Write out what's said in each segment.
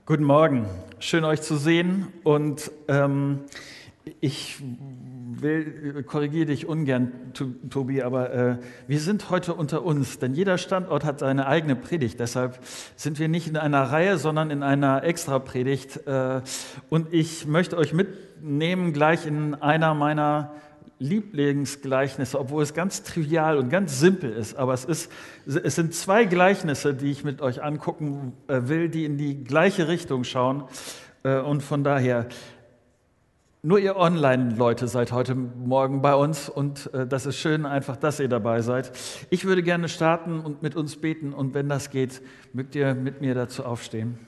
Guten Morgen, schön euch zu sehen und ich korrigiere dich ungern, Tobi, aber wir sind heute unter uns, denn jeder Standort hat seine eigene Predigt, deshalb sind wir nicht in einer Reihe, sondern in einer Extra-Predigt und ich möchte euch mitnehmen gleich in einer meiner Lieblingsgleichnisse, obwohl es ganz trivial und ganz simpel ist, aber es sind zwei Gleichnisse, die ich mit euch angucken will, die in die gleiche Richtung schauen und von daher, nur ihr Online-Leute seid heute Morgen bei uns und das ist schön einfach, dass ihr dabei seid. Ich würde gerne starten und mit uns beten und wenn das geht, mögt ihr mit mir dazu aufstehen.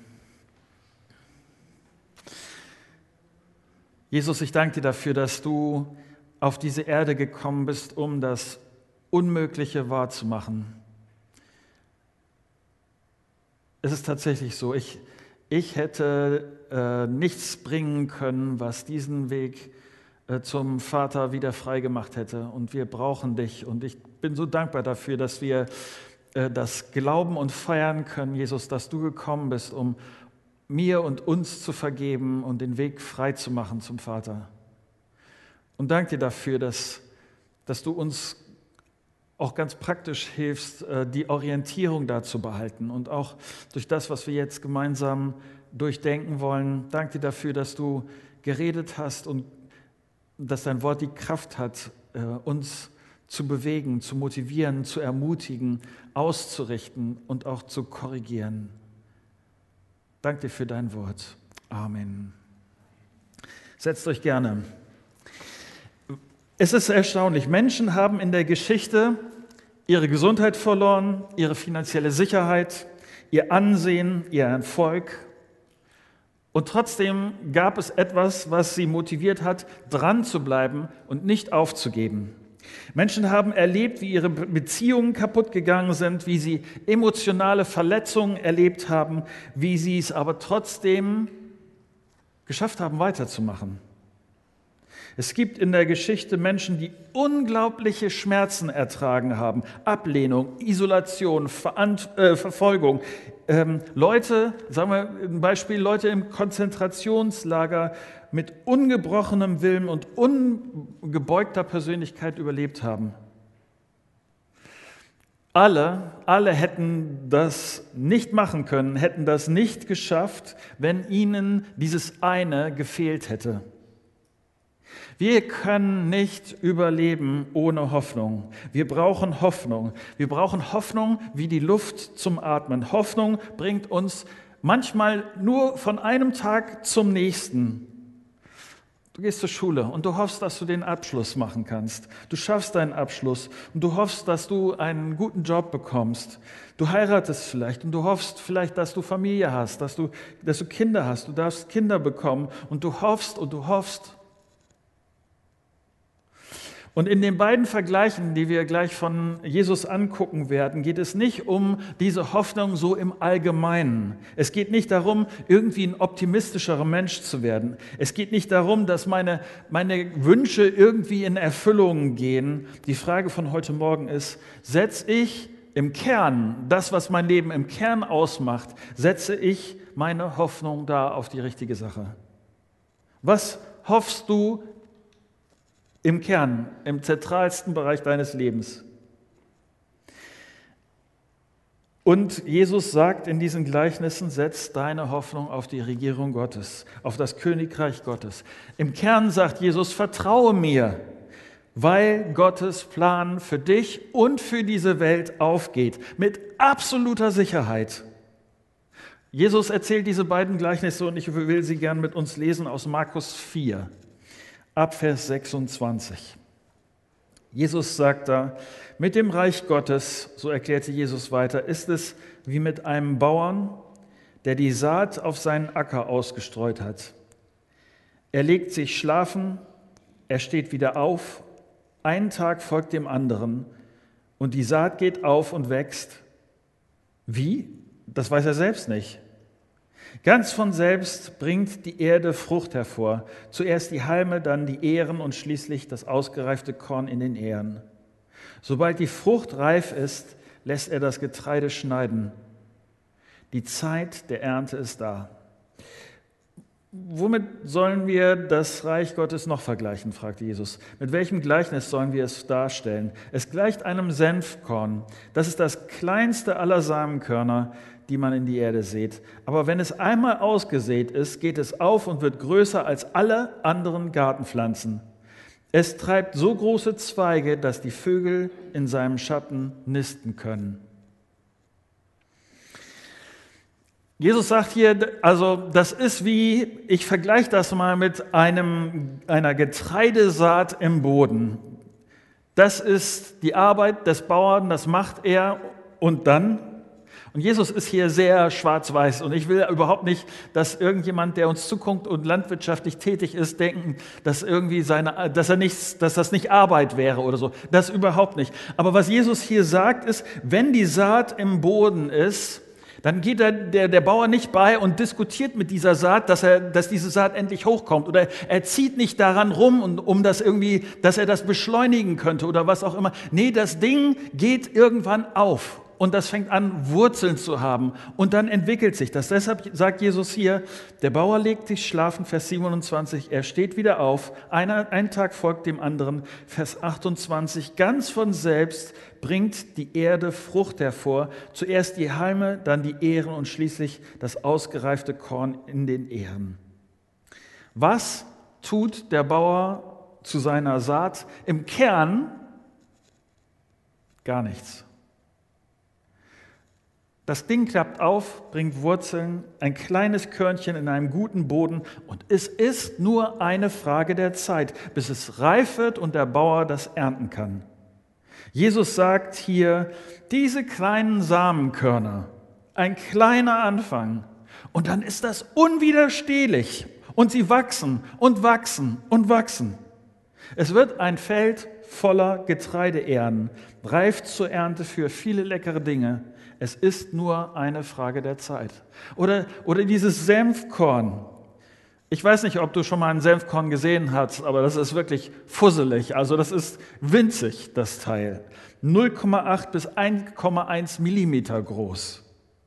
Jesus, ich danke dir dafür, dass du auf diese Erde gekommen bist, um das Unmögliche wahrzumachen. Es ist tatsächlich so, ich hätte nichts bringen können, was diesen Weg zum Vater wieder frei gemacht hätte. Und wir brauchen dich. Und ich bin so dankbar dafür, dass wir das glauben und feiern können, Jesus, dass du gekommen bist, um mir und uns zu vergeben und den Weg frei zu machen zum Vater. Und danke dir dafür, dass du uns auch ganz praktisch hilfst, die Orientierung da zu behalten und auch durch das, was wir jetzt gemeinsam durchdenken wollen. Danke dir dafür, dass du geredet hast und dass dein Wort die Kraft hat, uns zu bewegen, zu motivieren, zu ermutigen, auszurichten und auch zu korrigieren. Danke dir für dein Wort. Amen. Setzt euch gerne. Es ist erstaunlich, Menschen haben in der Geschichte ihre Gesundheit verloren, ihre finanzielle Sicherheit, ihr Ansehen, ihr Erfolg. Und trotzdem gab es etwas, was sie motiviert hat, dran zu bleiben und nicht aufzugeben. Menschen haben erlebt, wie ihre Beziehungen kaputt gegangen sind, wie sie emotionale Verletzungen erlebt haben, wie sie es aber trotzdem geschafft haben, weiterzumachen. Es gibt in der Geschichte Menschen, die unglaubliche Schmerzen ertragen haben. Ablehnung, Isolation, Verfolgung. Leute, sagen wir ein Beispiel, Leute im Konzentrationslager mit ungebrochenem Willen und ungebeugter Persönlichkeit überlebt haben. Alle hätten das nicht machen können, hätten das nicht geschafft, wenn ihnen dieses eine gefehlt hätte. Wir können nicht überleben ohne Hoffnung. Wir brauchen Hoffnung. Wir brauchen Hoffnung wie die Luft zum Atmen. Hoffnung bringt uns manchmal nur von einem Tag zum nächsten. Du gehst zur Schule und du hoffst, dass du den Abschluss machen kannst. Du schaffst deinen Abschluss und du hoffst, dass du einen guten Job bekommst. Du heiratest vielleicht und du hoffst vielleicht, dass du Familie hast, dass du Kinder hast. Du darfst Kinder bekommen und du hoffst und du hoffst. Und in den beiden Vergleichen, die wir gleich von Jesus angucken werden, geht es nicht um diese Hoffnung so im Allgemeinen. Es geht nicht darum, irgendwie ein optimistischerer Mensch zu werden. Es geht nicht darum, dass meine Wünsche irgendwie in Erfüllung gehen. Die Frage von heute Morgen ist, setze ich im Kern, das, was mein Leben im Kern ausmacht, setze ich meine Hoffnung da auf die richtige Sache? Was hoffst du im Kern, im zentralsten Bereich deines Lebens? Und Jesus sagt in diesen Gleichnissen, setz deine Hoffnung auf die Regierung Gottes, auf das Königreich Gottes. Im Kern sagt Jesus, vertraue mir, weil Gottes Plan für dich und für diese Welt aufgeht, mit absoluter Sicherheit. Jesus erzählt diese beiden Gleichnisse und ich will sie gern mit uns lesen aus Markus 4. Ab Vers 26. Jesus sagt da, mit dem Reich Gottes, so erklärte Jesus weiter, ist es wie mit einem Bauern, der die Saat auf seinen Acker ausgestreut hat. Er legt sich schlafen, er steht wieder auf, ein Tag folgt dem anderen und die Saat geht auf und wächst. Wie? Das weiß er selbst nicht. Ganz von selbst bringt die Erde Frucht hervor. Zuerst die Halme, dann die Ähren und schließlich das ausgereifte Korn in den Ähren. Sobald die Frucht reif ist, lässt er das Getreide schneiden. Die Zeit der Ernte ist da. Womit sollen wir das Reich Gottes noch vergleichen, fragt Jesus. Mit welchem Gleichnis sollen wir es darstellen? Es gleicht einem Senfkorn. Das ist das kleinste aller Samenkörner, die man in die Erde sät. Aber wenn es einmal ausgesät ist, geht es auf und wird größer als alle anderen Gartenpflanzen. Es treibt so große Zweige, dass die Vögel in seinem Schatten nisten können. Jesus sagt hier, also das ist wie, ich vergleiche das mal mit einer Getreidesaat im Boden. Das ist die Arbeit des Bauern, das macht er und dann. Und Jesus ist hier sehr schwarz-weiß und ich will überhaupt nicht, dass irgendjemand, der uns zuguckt und landwirtschaftlich tätig ist, denken, dass das nicht Arbeit wäre oder so. Das überhaupt nicht. Aber was Jesus hier sagt ist, wenn die Saat im Boden ist, dann geht der Bauer nicht bei und diskutiert mit dieser Saat, dass diese Saat endlich hochkommt. Oder er zieht nicht daran rum, dass er das beschleunigen könnte oder was auch immer. Nee, das Ding geht irgendwann auf. Und das fängt an, Wurzeln zu haben. Und dann entwickelt sich das. Deshalb sagt Jesus hier, der Bauer legt sich schlafen, Vers 27, er steht wieder auf. Ein Tag folgt dem anderen. Vers 28, ganz von selbst bringt die Erde Frucht hervor. Zuerst die Halme, dann die Ähren und schließlich das ausgereifte Korn in den Ähren. Was tut der Bauer zu seiner Saat? Im Kern gar nichts. Das Ding klappt auf, bringt Wurzeln, ein kleines Körnchen in einem guten Boden und es ist nur eine Frage der Zeit, bis es reif wird und der Bauer das ernten kann. Jesus sagt hier, diese kleinen Samenkörner, ein kleiner Anfang und dann ist das unwiderstehlich und sie wachsen und wachsen und wachsen. Es wird ein Feld voller Getreideähren, reif zur Ernte für viele leckere Dinge. Es ist nur eine Frage der Zeit. Oder dieses Senfkorn. Ich weiß nicht, ob du schon mal ein Senfkorn gesehen hast, aber das ist wirklich fusselig. Also das ist winzig, das Teil. 0,8 bis 1,1 Millimeter groß.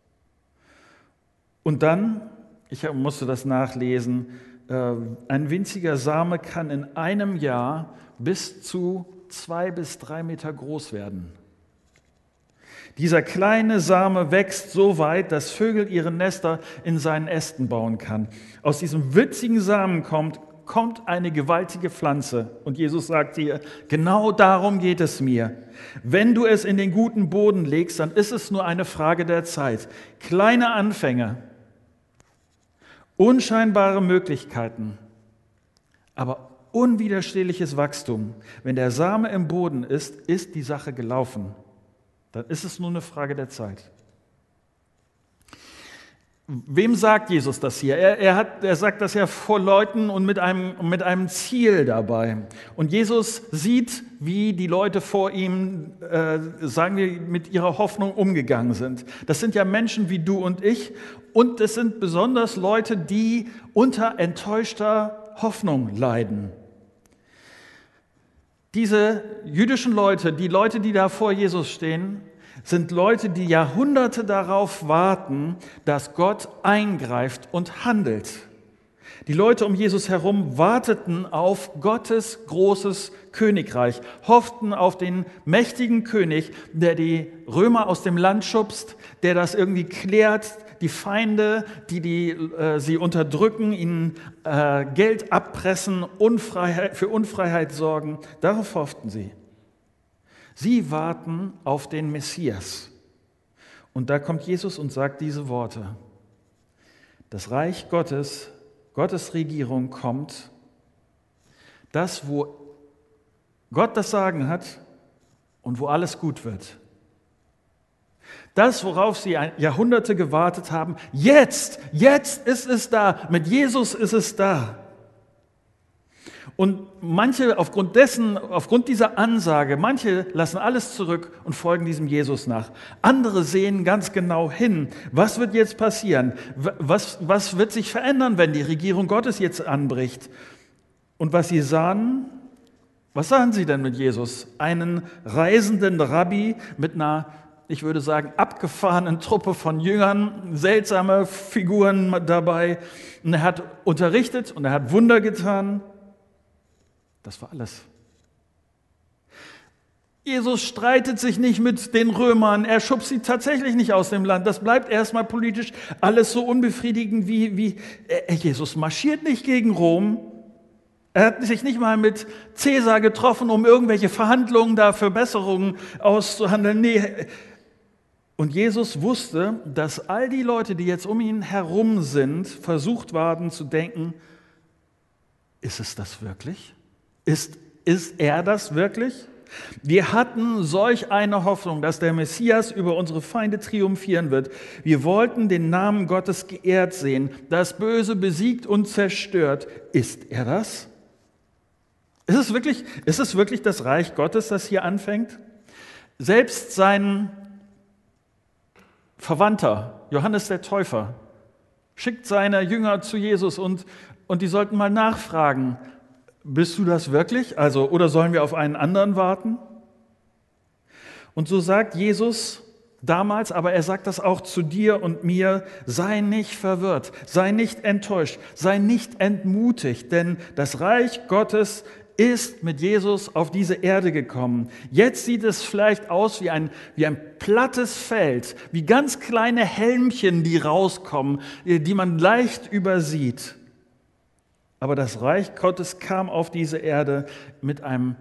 Und dann, ich musste das nachlesen, ein winziger Same kann in einem Jahr bis zu 2 bis 3 Meter groß werden. Dieser kleine Same wächst so weit, dass Vögel ihre Nester in seinen Ästen bauen kann. Aus diesem winzigen Samen kommt eine gewaltige Pflanze. Und Jesus sagt hier, genau darum geht es mir. Wenn du es in den guten Boden legst, dann ist es nur eine Frage der Zeit. Kleine Anfänge, unscheinbare Möglichkeiten, aber unwiderstehliches Wachstum. Wenn der Same im Boden ist, ist die Sache gelaufen. Dann ist es nur eine Frage der Zeit. Wem sagt Jesus das hier? Er sagt das ja vor Leuten und mit einem Ziel dabei. Und Jesus sieht, wie die Leute vor ihm, sagen wir, mit ihrer Hoffnung umgegangen sind. Das sind ja Menschen wie du und ich. Und es sind besonders Leute, die unter enttäuschter Hoffnung leiden. Diese jüdischen Leute, die da vor Jesus stehen, sind Leute, die Jahrhunderte darauf warten, dass Gott eingreift und handelt. Die Leute um Jesus herum warteten auf Gottes großes Königreich, hofften auf den mächtigen König, der die Römer aus dem Land schubst, der das irgendwie klärt, die Feinde, die sie unterdrücken, ihnen Geld abpressen, für Unfreiheit sorgen. Darauf hofften sie. Sie warten auf den Messias. Und da kommt Jesus und sagt diese Worte. Das Reich Gottes, Gottes Regierung kommt. Das, wo Gott das Sagen hat und wo alles gut wird. Das, worauf sie Jahrhunderte gewartet haben, jetzt ist es da. Mit Jesus ist es da. Und manche, aufgrund dieser Ansage, manche lassen alles zurück und folgen diesem Jesus nach. Andere sehen ganz genau hin, was wird jetzt passieren? Was wird sich verändern, wenn die Regierung Gottes jetzt anbricht? Und was sahen sie denn mit Jesus? Einen reisenden Rabbi mit einer ich würde sagen, abgefahrenen Truppe von Jüngern, seltsame Figuren dabei. Und er hat unterrichtet und er hat Wunder getan. Das war alles. Jesus streitet sich nicht mit den Römern, er schubst sie tatsächlich nicht aus dem Land. Das bleibt erstmal politisch alles so unbefriedigend wie Jesus marschiert nicht gegen Rom. Er hat sich nicht mal mit Cäsar getroffen, um irgendwelche Verhandlungen da für Besserungen auszuhandeln. Nee. Und Jesus wusste, dass all die Leute, die jetzt um ihn herum sind, versucht waren zu denken, ist es das wirklich? Ist er das wirklich? Wir hatten solch eine Hoffnung, dass der Messias über unsere Feinde triumphieren wird. Wir wollten den Namen Gottes geehrt sehen, das Böse besiegt und zerstört. Ist er das? Ist es wirklich das Reich Gottes, das hier anfängt? Selbst sein Verwandter, Johannes der Täufer, schickt seine Jünger zu Jesus und die sollten mal nachfragen, bist du das wirklich? Oder sollen wir auf einen anderen warten? Und so sagt Jesus damals, aber er sagt das auch zu dir und mir, sei nicht verwirrt, sei nicht enttäuscht, sei nicht entmutigt, denn das Reich Gottes ist mit Jesus auf diese Erde gekommen. Jetzt sieht es vielleicht aus wie ein plattes Feld, wie ganz kleine Helmchen, die rauskommen, die man leicht übersieht. Aber das Reich Gottes kam auf diese Erde mit einem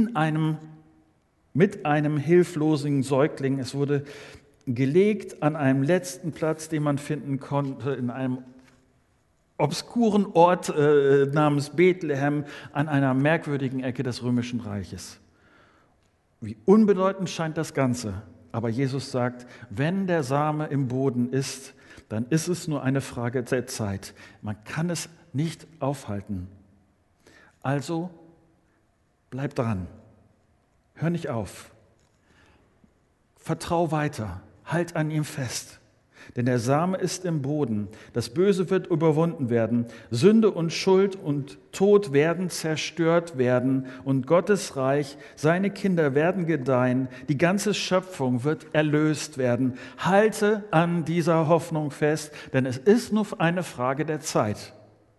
hilflosen Säugling. Es wurde gelegt an einem letzten Platz, den man finden konnte, in einem obskuren Ort namens Bethlehem, an einer merkwürdigen Ecke des Römischen Reiches. Wie unbedeutend scheint das Ganze. Aber Jesus sagt, wenn der Same im Boden ist, dann ist es nur eine Frage der Zeit. Man kann es nicht aufhalten. Also bleib dran. Hör nicht auf. Vertrau weiter. Halt an ihm fest. Denn der Same ist im Boden. Das Böse wird überwunden werden. Sünde und Schuld und Tod werden zerstört werden. Und Gottes Reich, seine Kinder werden gedeihen. Die ganze Schöpfung wird erlöst werden. Halte an dieser Hoffnung fest, denn es ist nur eine Frage der Zeit.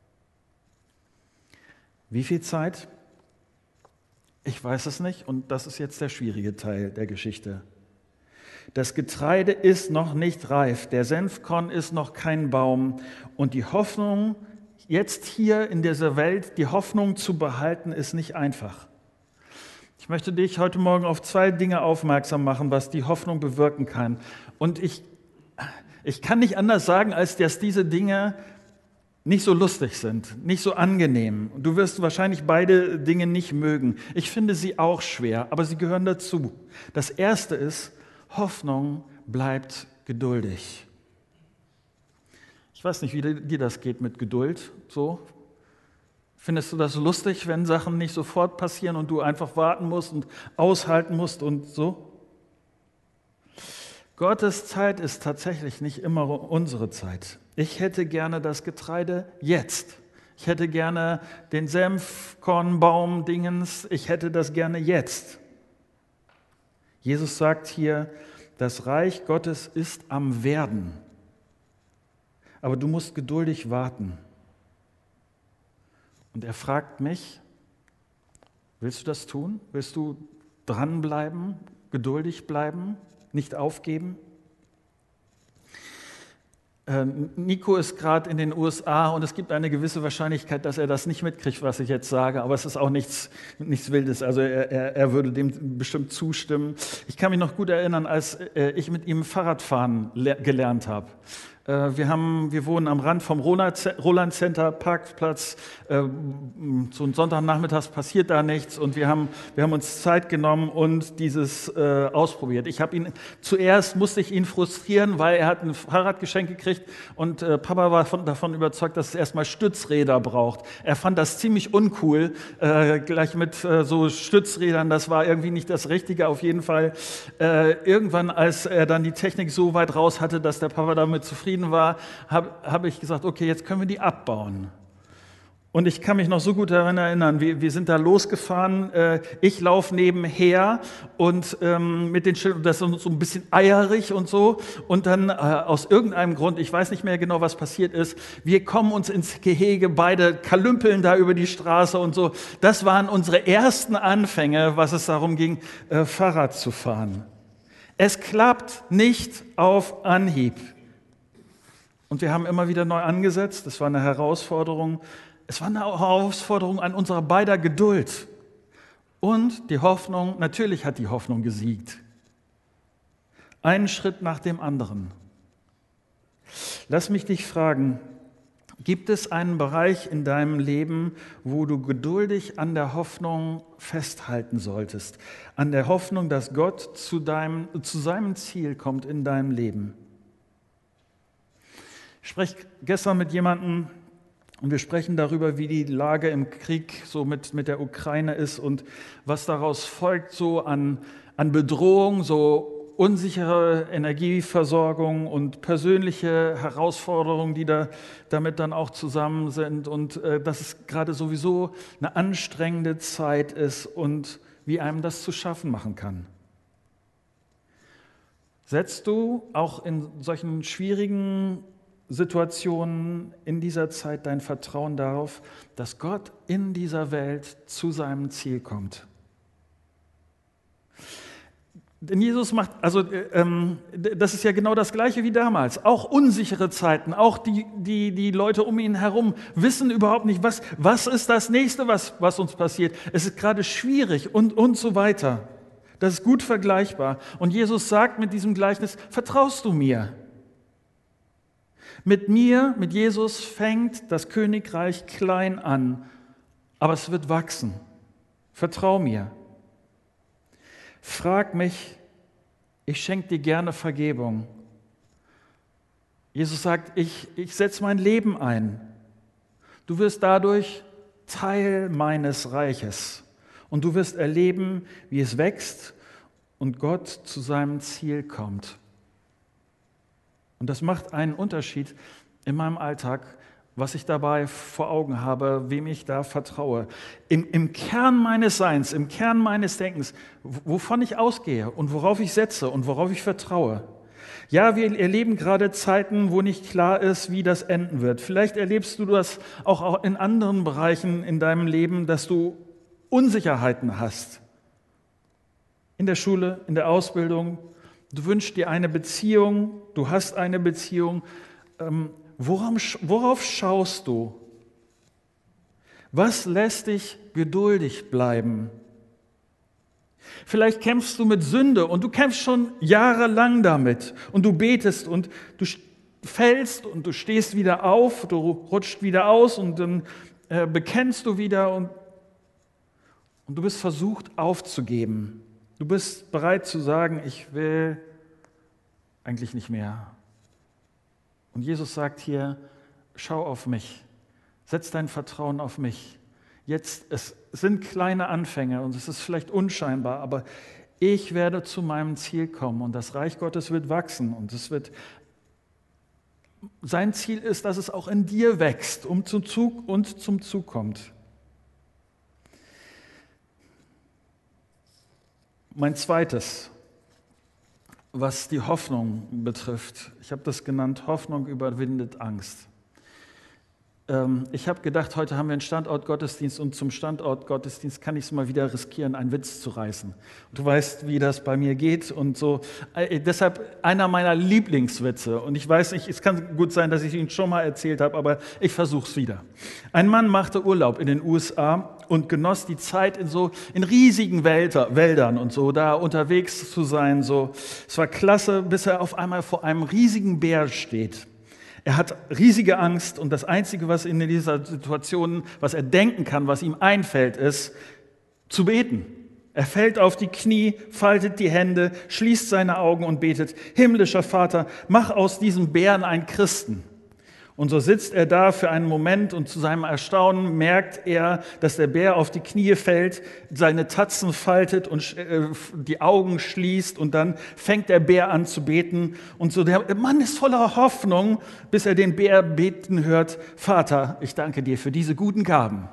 Wie viel Zeit? Ich weiß es nicht und das ist jetzt der schwierige Teil der Geschichte. Das Getreide ist noch nicht reif, der Senfkorn ist noch kein Baum und die Hoffnung, jetzt hier in dieser Welt, die Hoffnung zu behalten, ist nicht einfach. Ich möchte dich heute Morgen auf 2 Dinge aufmerksam machen, was die Hoffnung bewirken kann. Und ich kann nicht anders sagen, als dass diese Dinge nicht so lustig sind, nicht so angenehm. Du wirst wahrscheinlich beide Dinge nicht mögen. Ich finde sie auch schwer, aber sie gehören dazu. Das erste ist, Hoffnung bleibt geduldig. Ich weiß nicht, wie dir das geht mit Geduld. So? Findest du das lustig, wenn Sachen nicht sofort passieren und du einfach warten musst und aushalten musst und so? Gottes Zeit ist tatsächlich nicht immer unsere Zeit. Ich hätte gerne das Getreide jetzt. Ich hätte gerne den Senfkornbaum-Dingens. Ich hätte das gerne jetzt. Jesus sagt hier, das Reich Gottes ist am Werden. Aber du musst geduldig warten. Und er fragt mich, willst du das tun? Willst du dranbleiben, geduldig bleiben, nicht aufgeben? Nico ist gerade in den USA und es gibt eine gewisse Wahrscheinlichkeit, dass er das nicht mitkriegt, was ich jetzt sage, aber es ist auch nichts Wildes, also er würde dem bestimmt zustimmen. Ich kann mich noch gut erinnern, als ich mit ihm Fahrradfahren gelernt habe. Wir wohnen am Rand vom Roland Center Parkplatz. So einen Sonntagnachmittags passiert da nichts und wir haben uns Zeit genommen und dieses ausprobiert. Zuerst musste ich ihn frustrieren, weil er hat ein Fahrradgeschenk gekriegt und Papa war davon überzeugt, dass es erstmal Stützräder braucht. Er fand das ziemlich uncool, gleich mit so Stützrädern, das war irgendwie nicht das Richtige. Auf jeden Fall irgendwann, als er dann die Technik so weit raus hatte, dass der Papa damit zufrieden war, habe ich gesagt, okay, jetzt können wir die abbauen. Und ich kann mich noch so gut daran erinnern, wir sind da losgefahren, ich laufe nebenher und mit den Schildern, das ist so ein bisschen eierig und so. Und dann aus irgendeinem Grund, ich weiß nicht mehr genau, was passiert ist, wir kommen uns ins Gehege, beide kalümpeln da über die Straße und so. Das waren unsere ersten Anfänge, was es darum ging, Fahrrad zu fahren. Es klappt nicht auf Anhieb. Und wir haben immer wieder neu angesetzt, das war eine Herausforderung. Es war eine Herausforderung an unserer beider Geduld. Und die Hoffnung, natürlich hat die Hoffnung gesiegt. Einen Schritt nach dem anderen. Lass mich dich fragen, gibt es einen Bereich in deinem Leben, wo du geduldig an der Hoffnung festhalten solltest? An der Hoffnung, dass Gott zu seinem Ziel kommt in deinem Leben? Ich spreche gestern mit jemandem, und wir sprechen darüber, wie die Lage im Krieg so mit der Ukraine ist und was daraus folgt so an Bedrohung, so unsichere Energieversorgung und persönliche Herausforderungen, die damit dann auch zusammen sind. Und dass es gerade sowieso eine anstrengende Zeit ist und wie einem das zu schaffen machen kann. Setzt du auch in solchen schwierigen Situationen in dieser Zeit dein Vertrauen darauf, dass Gott in dieser Welt zu seinem Ziel kommt? Denn Jesus macht, das ist ja genau das Gleiche wie damals. Auch unsichere Zeiten, auch die Leute um ihn herum wissen überhaupt nicht, was ist das Nächste, was uns passiert. Es ist gerade schwierig und so weiter. Das ist gut vergleichbar. Und Jesus sagt mit diesem Gleichnis, vertraust du mir? Mit Jesus fängt das Königreich klein an, aber es wird wachsen. Vertrau mir. Frag mich, ich schenke dir gerne Vergebung. Jesus sagt, ich setze mein Leben ein. Du wirst dadurch Teil meines Reiches und du wirst erleben, wie es wächst und Gott zu seinem Ziel kommt. Und das macht einen Unterschied in meinem Alltag, was ich dabei vor Augen habe, wem ich da vertraue. Im Kern meines Seins, im Kern meines Denkens, wovon ich ausgehe und worauf ich setze und worauf ich vertraue. Ja, wir erleben gerade Zeiten, wo nicht klar ist, wie das enden wird. Vielleicht erlebst du das auch in anderen Bereichen in deinem Leben, dass du Unsicherheiten hast. In der Schule, in der Ausbildung. Du wünschst dir eine Beziehung, du hast eine Beziehung. Worauf schaust du? Was lässt dich geduldig bleiben? Vielleicht kämpfst du mit Sünde und du kämpfst schon jahrelang damit und du betest und du fällst und du stehst wieder auf, du rutscht wieder aus und dann bekennst du wieder und du bist versucht aufzugeben. Du bist bereit zu sagen, ich will eigentlich nicht mehr. Und Jesus sagt hier, schau auf mich, setz dein Vertrauen auf mich. Jetzt, es sind kleine Anfänge und es ist vielleicht unscheinbar, aber ich werde zu meinem Ziel kommen und das Reich Gottes wird wachsen und sein Ziel ist, dass es auch in dir wächst und zum Zug kommt. Mein zweites, was die Hoffnung betrifft, ich habe das genannt, Hoffnung überwindet Angst. Ich habe gedacht, heute haben wir einen Standortgottesdienst und zum Standortgottesdienst kann ich es mal wieder riskieren, einen Witz zu reißen. Du weißt, wie das bei mir geht und so. Deshalb einer meiner Lieblingswitze und ich weiß nicht, es kann gut sein, dass ich ihn schon mal erzählt habe, aber ich versuche es wieder. Ein Mann machte Urlaub in den USA und genoss die Zeit in riesigen Wäldern und so, da unterwegs zu sein. So. Es war klasse, bis er auf einmal vor einem riesigen Bär steht. Er hat riesige Angst und das Einzige, was in dieser Situation, was er denken kann, was ihm einfällt, ist, zu beten. Er fällt auf die Knie, faltet die Hände, schließt seine Augen und betet, himmlischer Vater, mach aus diesem Bären einen Christen. Und so sitzt er da für einen Moment und zu seinem Erstaunen merkt er, dass der Bär auf die Knie fällt, seine Tatzen faltet und die Augen schließt und dann fängt der Bär an zu beten. Und so der Mann ist voller Hoffnung, bis er den Bär beten hört: Vater, ich danke dir für diese guten Gaben.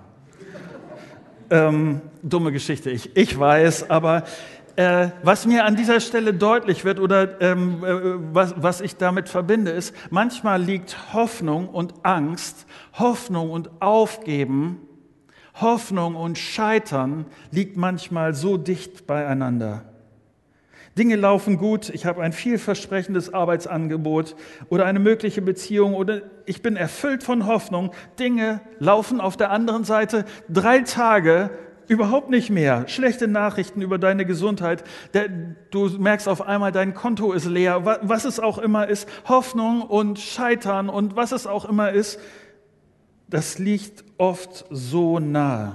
Dumme Geschichte, ich weiß, aber was mir an dieser Stelle deutlich wird oder was ich damit verbinde, ist, manchmal liegt Hoffnung und Angst, Hoffnung und Aufgeben, Hoffnung und Scheitern liegt manchmal so dicht beieinander. Dinge laufen gut, ich habe ein vielversprechendes Arbeitsangebot oder eine mögliche Beziehung oder ich bin erfüllt von Hoffnung. Dinge laufen auf der anderen Seite 3 Tage überhaupt nicht mehr. Schlechte Nachrichten über deine Gesundheit. Du merkst auf einmal, dein Konto ist leer. Was es auch immer ist, Hoffnung und Scheitern und was es auch immer ist, das liegt oft so nahe.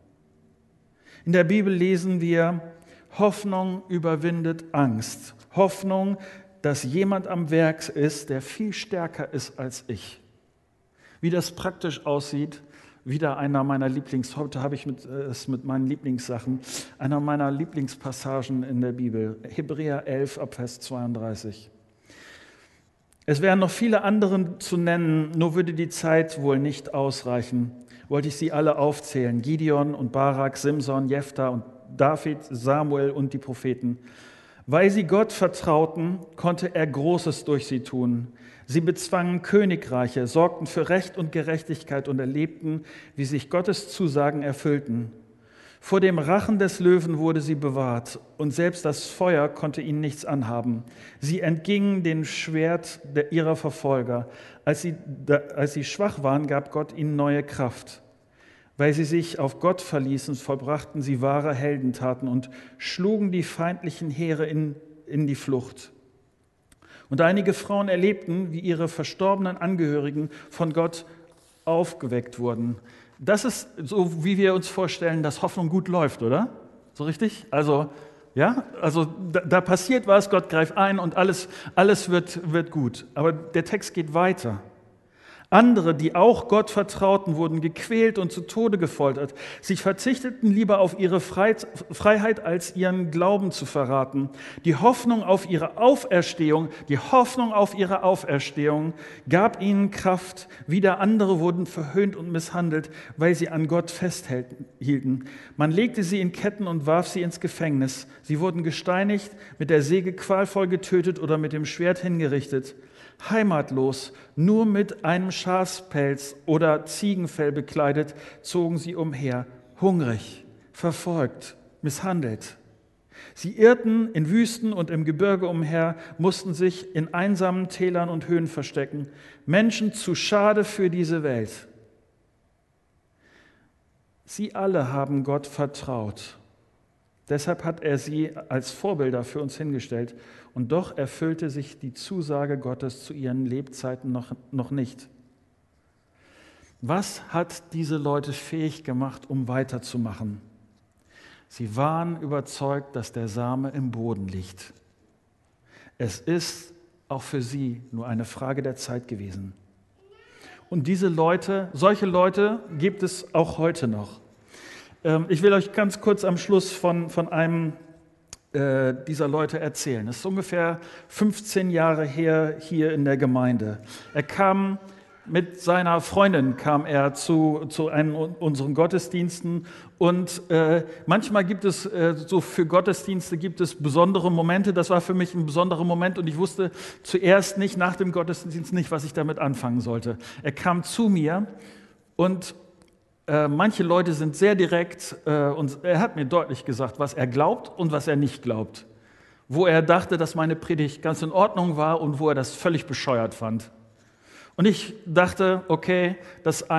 In der Bibel lesen wir: Hoffnung überwindet Angst. Hoffnung, dass jemand am Werk ist, der viel stärker ist als ich. Wie das praktisch aussieht, wieder einer meiner heute habe ich es mit meinen Lieblingssachen, einer meiner Lieblingspassagen in der Bibel, Hebräer 11 ab Vers 32. Es wären noch viele andere zu nennen, nur würde die Zeit wohl nicht ausreichen. Wollte ich sie alle aufzählen: Gideon und Barak, Simson, Jephthah und David, Samuel und die Propheten. Weil sie Gott vertrauten, konnte er Großes durch sie tun. Sie bezwangen Königreiche, sorgten für Recht und Gerechtigkeit und erlebten, wie sich Gottes Zusagen erfüllten. Vor dem Rachen des Löwen wurde sie bewahrt, und selbst das Feuer konnte ihnen nichts anhaben. Sie entgingen dem Schwert ihrer Verfolger. Als sie schwach waren, gab Gott ihnen neue Kraft. Weil sie sich auf Gott verließen, vollbrachten sie wahre Heldentaten und schlugen die feindlichen Heere in die Flucht. Und einige Frauen erlebten, wie ihre verstorbenen Angehörigen von Gott aufgeweckt wurden. Das ist so, wie wir uns vorstellen, dass Hoffnung gut läuft, oder? So richtig? Also da passiert was, Gott greift ein und alles wird gut. Aber der Text geht weiter. Andere, die auch Gott vertrauten, wurden gequält und zu Tode gefoltert. Sie verzichteten lieber auf ihre Freiheit, als ihren Glauben zu verraten. Die Hoffnung auf ihre Auferstehung gab ihnen Kraft. Wieder andere wurden verhöhnt und misshandelt, weil sie an Gott festhielten. Man legte sie in Ketten und warf sie ins Gefängnis. Sie wurden gesteinigt, mit der Säge qualvoll getötet oder mit dem Schwert hingerichtet. Heimatlos, nur mit einem Schafspelz oder Ziegenfell bekleidet, zogen sie umher, hungrig, verfolgt, misshandelt. Sie irrten in Wüsten und im Gebirge umher, mussten sich in einsamen Tälern und Höhen verstecken. Menschen zu schade für diese Welt. Sie alle haben Gott vertraut. Deshalb hat er sie als Vorbilder für uns hingestellt. Und doch erfüllte sich die Zusage Gottes zu ihren Lebzeiten noch nicht. Was hat diese Leute fähig gemacht, um weiterzumachen? Sie waren überzeugt, dass der Same im Boden liegt. Es ist auch für sie nur eine Frage der Zeit gewesen. Und solche Leute gibt es auch heute noch. Ich will euch ganz kurz am Schluss von einem dieser Leute erzählen. Es ist ungefähr 15 Jahre her hier in der Gemeinde. Er kam mit seiner Freundin zu einem unseren Gottesdiensten und manchmal gibt es so für Gottesdienste gibt es besondere Momente. Das war für mich ein besonderer Moment und ich wusste zuerst nicht nach dem Gottesdienst nicht, was ich damit anfangen sollte. Er kam zu mir und manche Leute sind sehr direkt und er hat mir deutlich gesagt, was er glaubt und was er nicht glaubt. Wo er dachte, dass meine Predigt ganz in Ordnung war und wo er das völlig bescheuert fand. Und ich dachte, okay, dass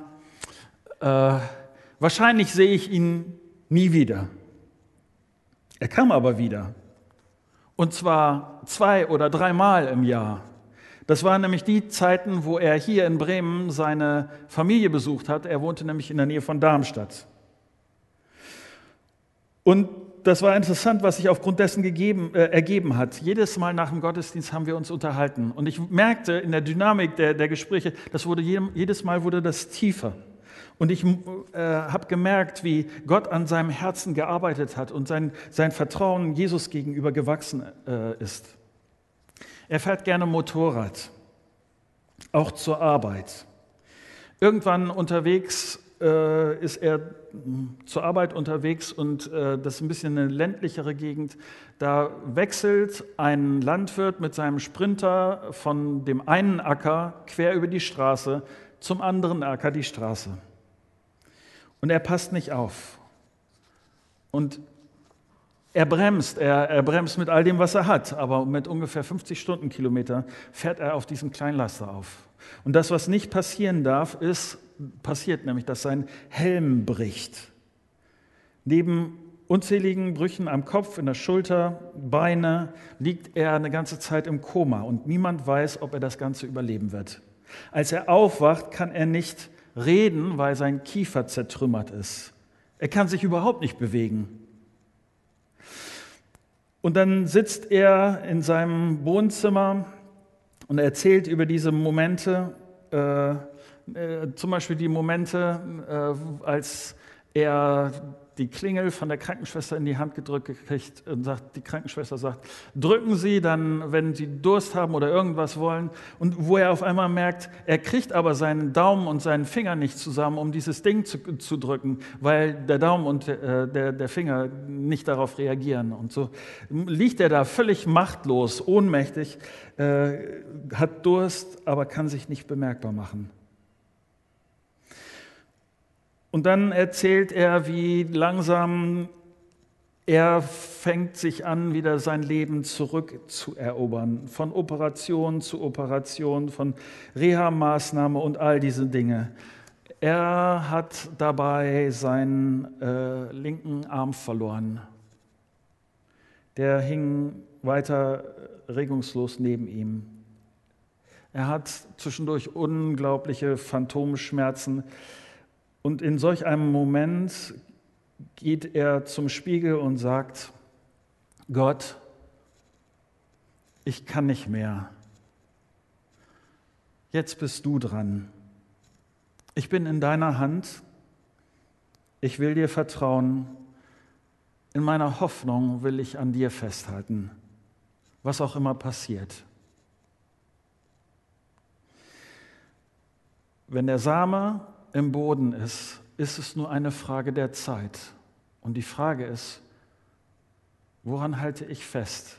wahrscheinlich sehe ich ihn nie wieder. Er kam aber wieder. Und zwar 2 oder 3 Mal im Jahr. Das waren nämlich die Zeiten, wo er hier in Bremen seine Familie besucht hat. Er wohnte nämlich in der Nähe von Darmstadt. Und das war interessant, was sich aufgrund dessen ergeben hat. Jedes Mal nach dem Gottesdienst haben wir uns unterhalten. Und ich merkte in der Dynamik der Gespräche, jedes Mal wurde das tiefer. Und ich habe gemerkt, wie Gott an seinem Herzen gearbeitet hat und sein Vertrauen Jesus gegenüber gewachsen ist. Er fährt gerne Motorrad, auch zur Arbeit. Irgendwann unterwegs ist er zur Arbeit unterwegs und das ist ein bisschen eine ländlichere Gegend. Da wechselt ein Landwirt mit seinem Sprinter von dem einen Acker quer über die Straße zum anderen Acker die Straße. Und er passt nicht auf. Und er bremst mit all dem, was er hat, aber mit ungefähr 50 Stundenkilometer fährt er auf diesen Kleinlaster auf. Und das, was nicht passieren darf, passiert nämlich, dass sein Helm bricht. Neben unzähligen Brüchen am Kopf, in der Schulter, Beine, liegt er eine ganze Zeit im Koma und niemand weiß, ob er das Ganze überleben wird. Als er aufwacht, kann er nicht reden, weil sein Kiefer zertrümmert ist. Er kann sich überhaupt nicht bewegen. Und dann sitzt er in seinem Wohnzimmer und erzählt über diese Momente, zum Beispiel die Momente, als er die Klingel von der Krankenschwester in die Hand gedrückt kriegt und die Krankenschwester sagt, drücken Sie dann, wenn Sie Durst haben oder irgendwas wollen. Und wo er auf einmal merkt, er kriegt aber seinen Daumen und seinen Finger nicht zusammen, um dieses Ding zu drücken, weil der Daumen und der Finger nicht darauf reagieren. Und so liegt er da völlig machtlos, ohnmächtig, hat Durst, aber kann sich nicht bemerkbar machen. Und dann erzählt er, wie langsam er fängt sich an, wieder sein Leben zurückzuerobern. Von Operation zu Operation, von Reha-Maßnahme und all diese Dinge. Er hat dabei seinen linken Arm verloren. Der hing weiter regungslos neben ihm. Er hat zwischendurch unglaubliche Phantomschmerzen. Und in solch einem Moment geht er zum Spiegel und sagt, Gott, ich kann nicht mehr. Jetzt bist du dran. Ich bin in deiner Hand. Ich will dir vertrauen. In meiner Hoffnung will ich an dir festhalten, was auch immer passiert. Wenn der Same im Boden ist es nur eine Frage der Zeit. Und die Frage ist, woran halte ich fest?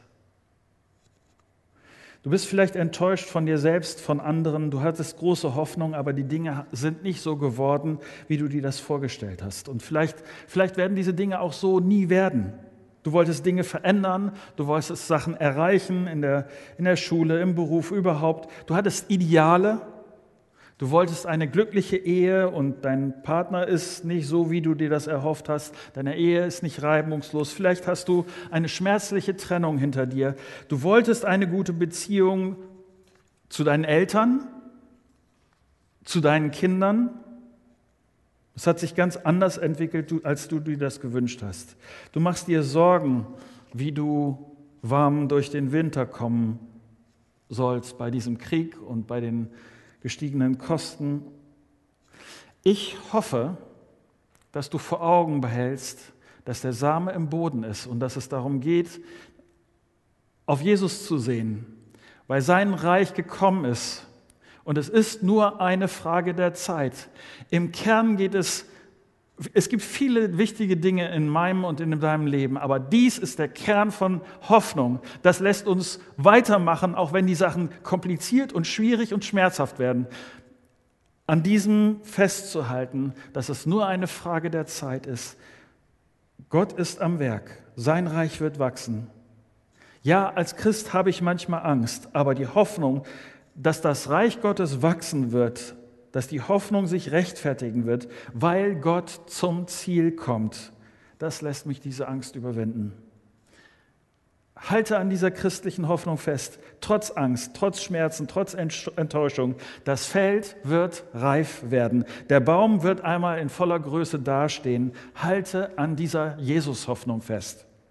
Du bist vielleicht enttäuscht von dir selbst, von anderen. Du hattest große Hoffnung, aber die Dinge sind nicht so geworden, wie du dir das vorgestellt hast. Und vielleicht werden diese Dinge auch so nie werden. Du wolltest Dinge verändern, du wolltest Sachen erreichen in der Schule, im Beruf, überhaupt. Du hattest Ideale. Du wolltest eine glückliche Ehe und dein Partner ist nicht so, wie du dir das erhofft hast. Deine Ehe ist nicht reibungslos. Vielleicht hast du eine schmerzliche Trennung hinter dir. Du wolltest eine gute Beziehung zu deinen Eltern, zu deinen Kindern. Es hat sich ganz anders entwickelt, als du dir das gewünscht hast. Du machst dir Sorgen, wie du warm durch den Winter kommen sollst bei diesem Krieg und bei den gestiegenen Kosten. Ich hoffe, dass du vor Augen behältst, dass der Same im Boden ist und dass es darum geht, auf Jesus zu sehen, weil sein Reich gekommen ist. Und es ist nur eine Frage der Zeit. Im Kern geht es gibt viele wichtige Dinge in meinem und in deinem Leben, aber dies ist der Kern von Hoffnung. Das lässt uns weitermachen, auch wenn die Sachen kompliziert und schwierig und schmerzhaft werden. An diesem festzuhalten, dass es nur eine Frage der Zeit ist. Gott ist am Werk, sein Reich wird wachsen. Ja, als Christ habe ich manchmal Angst, aber die Hoffnung, dass das Reich Gottes wachsen wird, dass die Hoffnung sich rechtfertigen wird, weil Gott zum Ziel kommt. Das lässt mich diese Angst überwinden. Halte an dieser christlichen Hoffnung fest, trotz Angst, trotz Schmerzen, trotz Enttäuschung. Das Feld wird reif werden. Der Baum wird einmal in voller Größe dastehen. Halte an dieser Jesus-Hoffnung fest.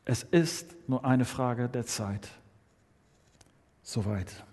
Es ist nur eine Frage der Zeit. Soweit.